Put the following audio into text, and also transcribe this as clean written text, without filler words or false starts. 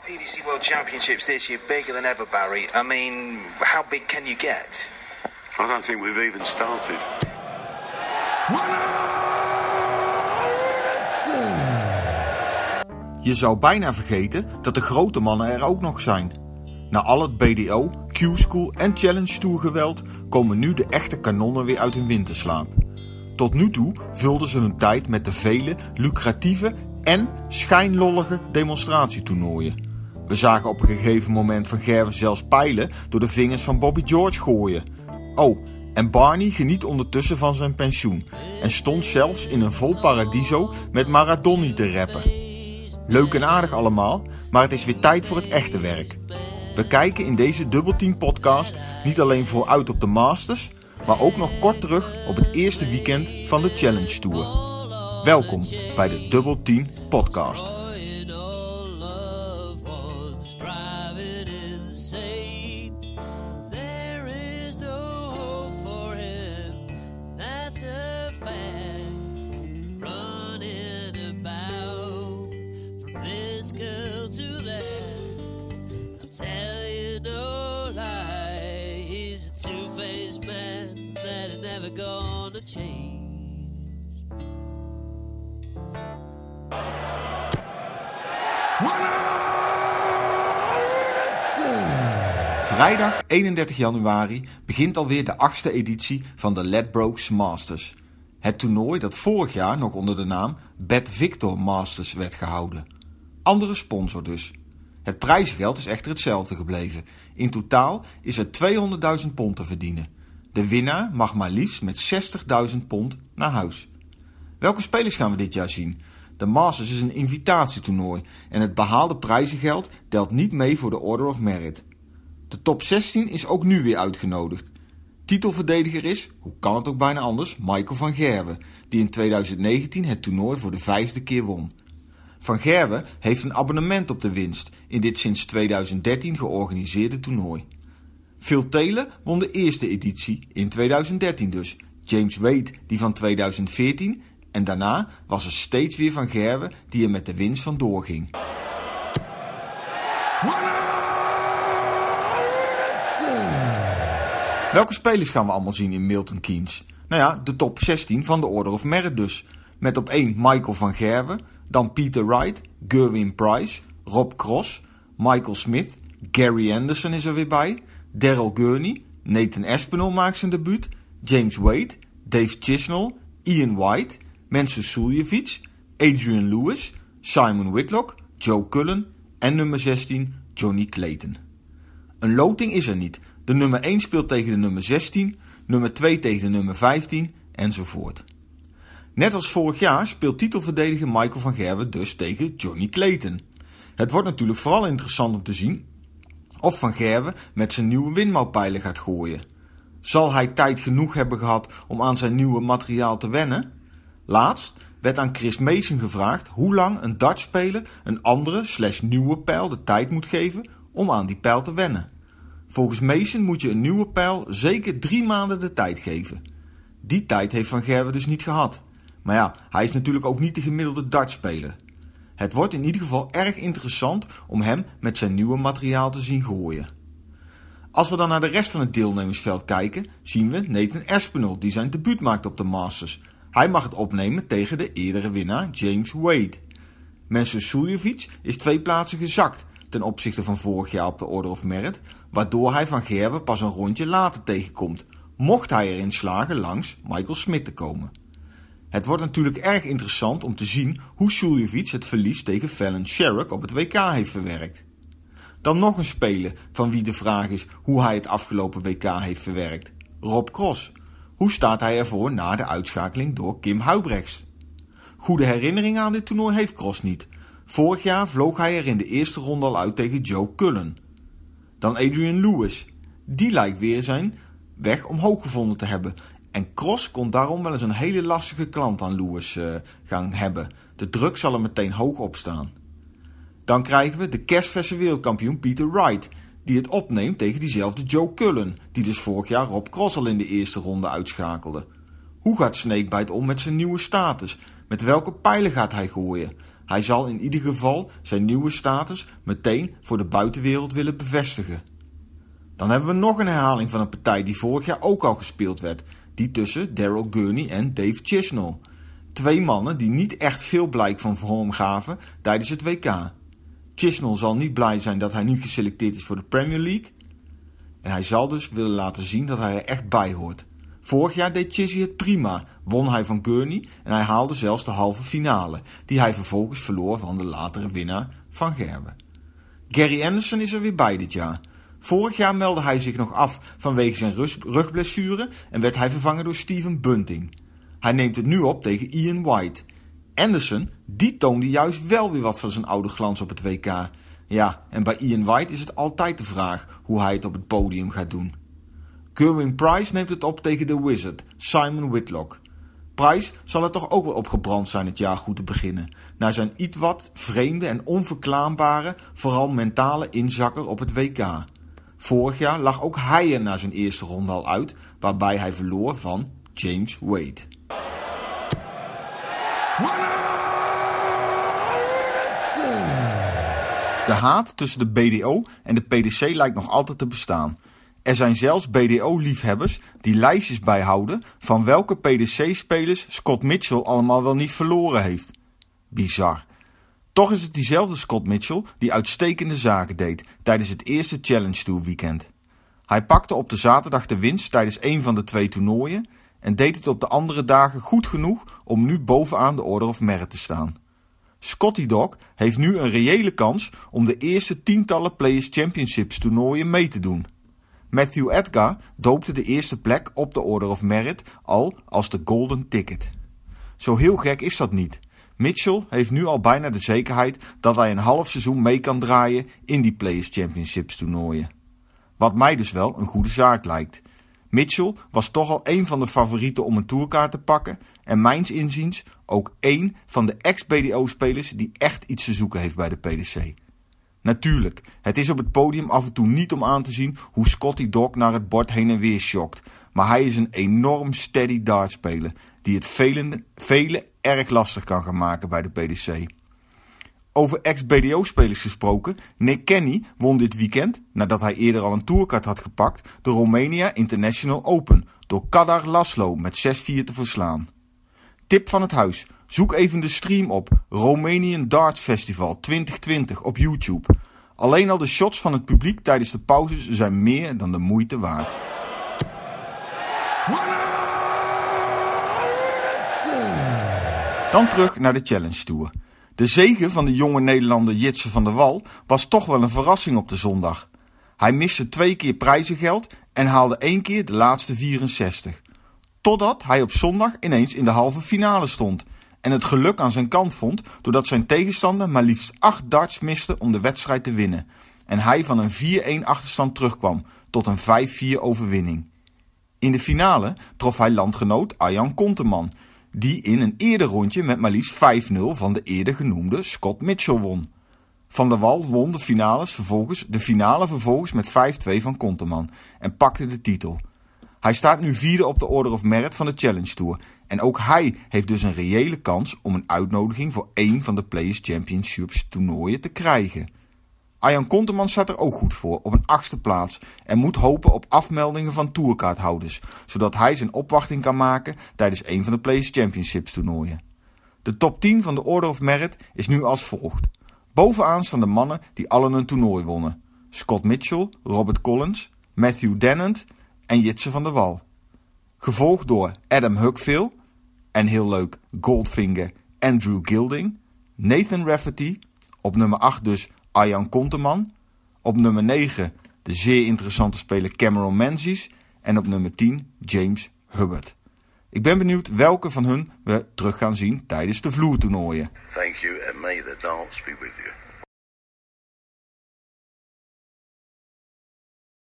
PDC World Championships this year bigger than ever, Barry. I mean, how big can you get? I don't think we've even started. Je zou bijna vergeten dat de grote mannen er ook nog zijn. Na al het BDO, Q-School en Challenge Tour geweld komen nu de echte kanonnen weer uit hun winterslaap. Tot nu toe vulden ze hun tijd met de vele lucratieve en schijnlollige demonstratietoernooien. We zagen op een gegeven moment Van Gerwen zelfs pijlen door de vingers van Bobby George gooien. Oh, en Barney geniet ondertussen van zijn pensioen en stond zelfs in een vol paradiso met Maradoni te rappen. Leuk en aardig allemaal, maar het is weer tijd voor het echte werk. We kijken in deze Double Team podcast niet alleen vooruit op de Masters, maar ook nog kort terug op het eerste weekend van de Challenge Tour. Welkom bij de Double Team podcast. Vrijdag 31 januari begint alweer de 8e editie van de Ladbrokes Masters. Het toernooi dat vorig jaar nog onder de naam Bet Victor Masters werd gehouden. Andere sponsor dus. Het prijzengeld is echter hetzelfde gebleven. In totaal is er £200.000 te verdienen. De winnaar mag maar liefst met £60.000 naar huis. Welke spelers gaan we dit jaar zien? De Masters is een invitatietoernooi en het behaalde prijzengeld telt niet mee voor de Order of Merit. De top 16 is ook nu weer uitgenodigd. Titelverdediger is, hoe kan het ook bijna anders, Michael van Gerwen, die in 2019 het toernooi voor de 5e keer won. Van Gerwen heeft een abonnement op de winst in dit sinds 2013 georganiseerde toernooi. Phil Taylor won de eerste editie, in 2013 dus, James Wade die van 2014 en daarna was er steeds weer Van Gerwen die er met de winst vandoor ging. Welke spelers gaan we allemaal zien in Milton Keynes? Nou ja, de top 16 van de Order of Merit dus. Met op 1 Michael van Gerwen, dan Peter Wright, Gerwin Price, Rob Cross, Michael Smith, Gary Anderson is er weer bij, Daryl Gurney, Nathan Aspinall maakt zijn debuut, James Wade, Dave Chisnall, Ian White, Mensur Suljovic, Adrian Lewis, Simon Whitlock, Joe Cullen en nummer 16 Johnny Clayton. Een loting is er niet. De nummer 1 speelt tegen de nummer 16, nummer 2 tegen de nummer 15 enzovoort. Net als vorig jaar speelt titelverdediger Michael van Gerwen dus tegen Johnny Clayton. Het wordt natuurlijk vooral interessant om te zien of Van Gerwen met zijn nieuwe windmouwpijlen gaat gooien. Zal hij tijd genoeg hebben gehad om aan zijn nieuwe materiaal te wennen? Laatst werd aan Chris Mason gevraagd hoe lang een dartspeler een andere/nieuwe pijl de tijd moet geven om aan die pijl te wennen. Volgens Mason moet je een nieuwe pijl zeker 3 maanden de tijd geven. Die tijd heeft Van Gerwen dus niet gehad. Maar ja, hij is natuurlijk ook niet de gemiddelde dartspeler. Het wordt in ieder geval erg interessant om hem met zijn nieuwe materiaal te zien gooien. Als we dan naar de rest van het deelnemersveld kijken, zien we Nathan Aspinall die zijn debuut maakt op de Masters. Hij mag het opnemen tegen de eerdere winnaar James Wade. Mensur Suljovic is 2 plaatsen gezakt ten opzichte van vorig jaar op de Order of Merit, waardoor hij Van Gerwen pas een rondje later tegenkomt, mocht hij erin slagen langs Michael Smith te komen. Het wordt natuurlijk erg interessant om te zien hoe Suljovic het verlies tegen Fallon Sherrock op het WK heeft verwerkt. Dan nog een speler van wie de vraag is hoe hij het afgelopen WK heeft verwerkt. Rob Cross. Hoe staat hij ervoor na de uitschakeling door Kim Huybrechts? Goede herinneringen aan dit toernooi heeft Cross niet. Vorig jaar vloog hij er in de eerste ronde al uit tegen Joe Cullen. Dan Adrian Lewis. Die lijkt weer zijn weg omhoog gevonden te hebben. En Cross kon daarom wel eens een hele lastige klant aan Lewis gaan hebben. De druk zal er meteen hoog op staan. Dan krijgen we de kerstverse wereldkampioen Peter Wright, die het opneemt tegen diezelfde Joe Cullen, die dus vorig jaar Rob Cross al in de eerste ronde uitschakelde. Hoe gaat Snakebite om met zijn nieuwe status? Met welke pijlen gaat hij gooien? Hij zal in ieder geval zijn nieuwe status meteen voor de buitenwereld willen bevestigen. Dan hebben we nog een herhaling van een partij die vorig jaar ook al gespeeld werd. Die tussen Daryl Gurney en Dave Chisnell. 2 mannen die niet echt veel blijk van vorm gaven tijdens het WK. Chisnell zal niet blij zijn dat hij niet geselecteerd is voor de Premier League. En hij zal dus willen laten zien dat hij er echt bij hoort. Vorig jaar deed Chizzy het prima, won hij van Gurney en hij haalde zelfs de halve finale, die hij vervolgens verloor van de latere winnaar van Gerwe. Gary Anderson is er weer bij dit jaar. Vorig jaar meldde hij zich nog af vanwege zijn rugblessure en werd hij vervangen door Stephen Bunting. Hij neemt het nu op tegen Ian White. Anderson, die toonde juist wel weer wat van zijn oude glans op het WK. Ja, en bij Ian White is het altijd de vraag hoe hij het op het podium gaat doen. Gerwin Price neemt het op tegen de Wizard, Simon Whitlock. Price zal er toch ook wel op gebrand zijn het jaar goed te beginnen. Na zijn iets wat vreemde en onverklaarbare, vooral mentale inzakker op het WK. Vorig jaar lag ook hij er na zijn eerste ronde al uit, waarbij hij verloor van James Wade. De haat tussen de BDO en de PDC lijkt nog altijd te bestaan. Er zijn zelfs BDO-liefhebbers die lijstjes bijhouden van welke PDC-spelers Scott Mitchell allemaal wel niet verloren heeft. Bizar. Toch is het diezelfde Scott Mitchell die uitstekende zaken deed tijdens het eerste Challenge Tour weekend. Hij pakte op de zaterdag de winst tijdens een van de 2 toernooien en deed het op de andere dagen goed genoeg om nu bovenaan de Order of Merit te staan. Scotty Dog heeft nu een reële kans om de eerste tientallen Players Championships toernooien mee te doen. Matthew Edgar doopte de eerste plek op de Order of Merit al als de Golden Ticket. Zo heel gek is dat niet. Mitchell heeft nu al bijna de zekerheid dat hij een half seizoen mee kan draaien in die Players Championships toernooien. Wat mij dus wel een goede zaak lijkt. Mitchell was toch al een van de favorieten om een tourkaart te pakken en mijns inziens ook één van de ex-BDO-spelers die echt iets te zoeken heeft bij de PDC. Natuurlijk, het is op het podium af en toe niet om aan te zien hoe Scotty Dog naar het bord heen en weer schokt, maar hij is een enorm steady dartspeler die het velen erg lastig kan gaan maken bij de PDC. Over ex-BDO-spelers gesproken, Nick Kenny won dit weekend, nadat hij eerder al een tourkaart had gepakt, de Romania International Open door Kadar Laszlo met 6-4 te verslaan. Tip van het huis, zoek even de stream op Romanian Darts Festival 2020 op YouTube. Alleen al de shots van het publiek tijdens de pauzes zijn meer dan de moeite waard. Dan terug naar de Challenge Tour. De zege van de jonge Nederlander Jitse van der Wal was toch wel een verrassing op de zondag. Hij miste 2 keer prijzengeld en haalde 1 keer de laatste 64. Totdat hij op zondag ineens in de halve finale stond en het geluk aan zijn kant vond doordat zijn tegenstander maar liefst 8 darts miste om de wedstrijd te winnen. En hij van een 4-1 achterstand terugkwam tot een 5-4 overwinning. In de finale trof hij landgenoot Arjan Konteman, die in een eerder rondje met maar liefst 5-0 van de eerder genoemde Scott Mitchell won. Van der Wal won de finale vervolgens met 5-2 van Konteman en pakte de titel. Hij staat nu 4e op de Order of Merit van de Challenge Tour en ook hij heeft dus een reële kans om een uitnodiging voor één van de Players Championships toernooien te krijgen. Arjan Konteman staat er ook goed voor op een 8e plaats en moet hopen op afmeldingen van tourkaarthouders, zodat hij zijn opwachting kan maken tijdens een van de Players Championships toernooien. De top 10 van de Order of Merit is nu als volgt. Bovenaan staan de mannen die allen een toernooi wonnen. Scott Mitchell, Robert Collins, Matthew Dennant en Jitse van der Wal. Gevolgd door Adam Huckville en heel leuk Goldfinger Andrew Gilding, Nathan Rafferty, op nummer 8 dus Arjan Konteman, op nummer 9 de zeer interessante speler Cameron Menzies en op nummer 10 James Hubbard. Ik ben benieuwd welke van hun we terug gaan zien tijdens de vloertoernooien. Thank you and may the dance be with you.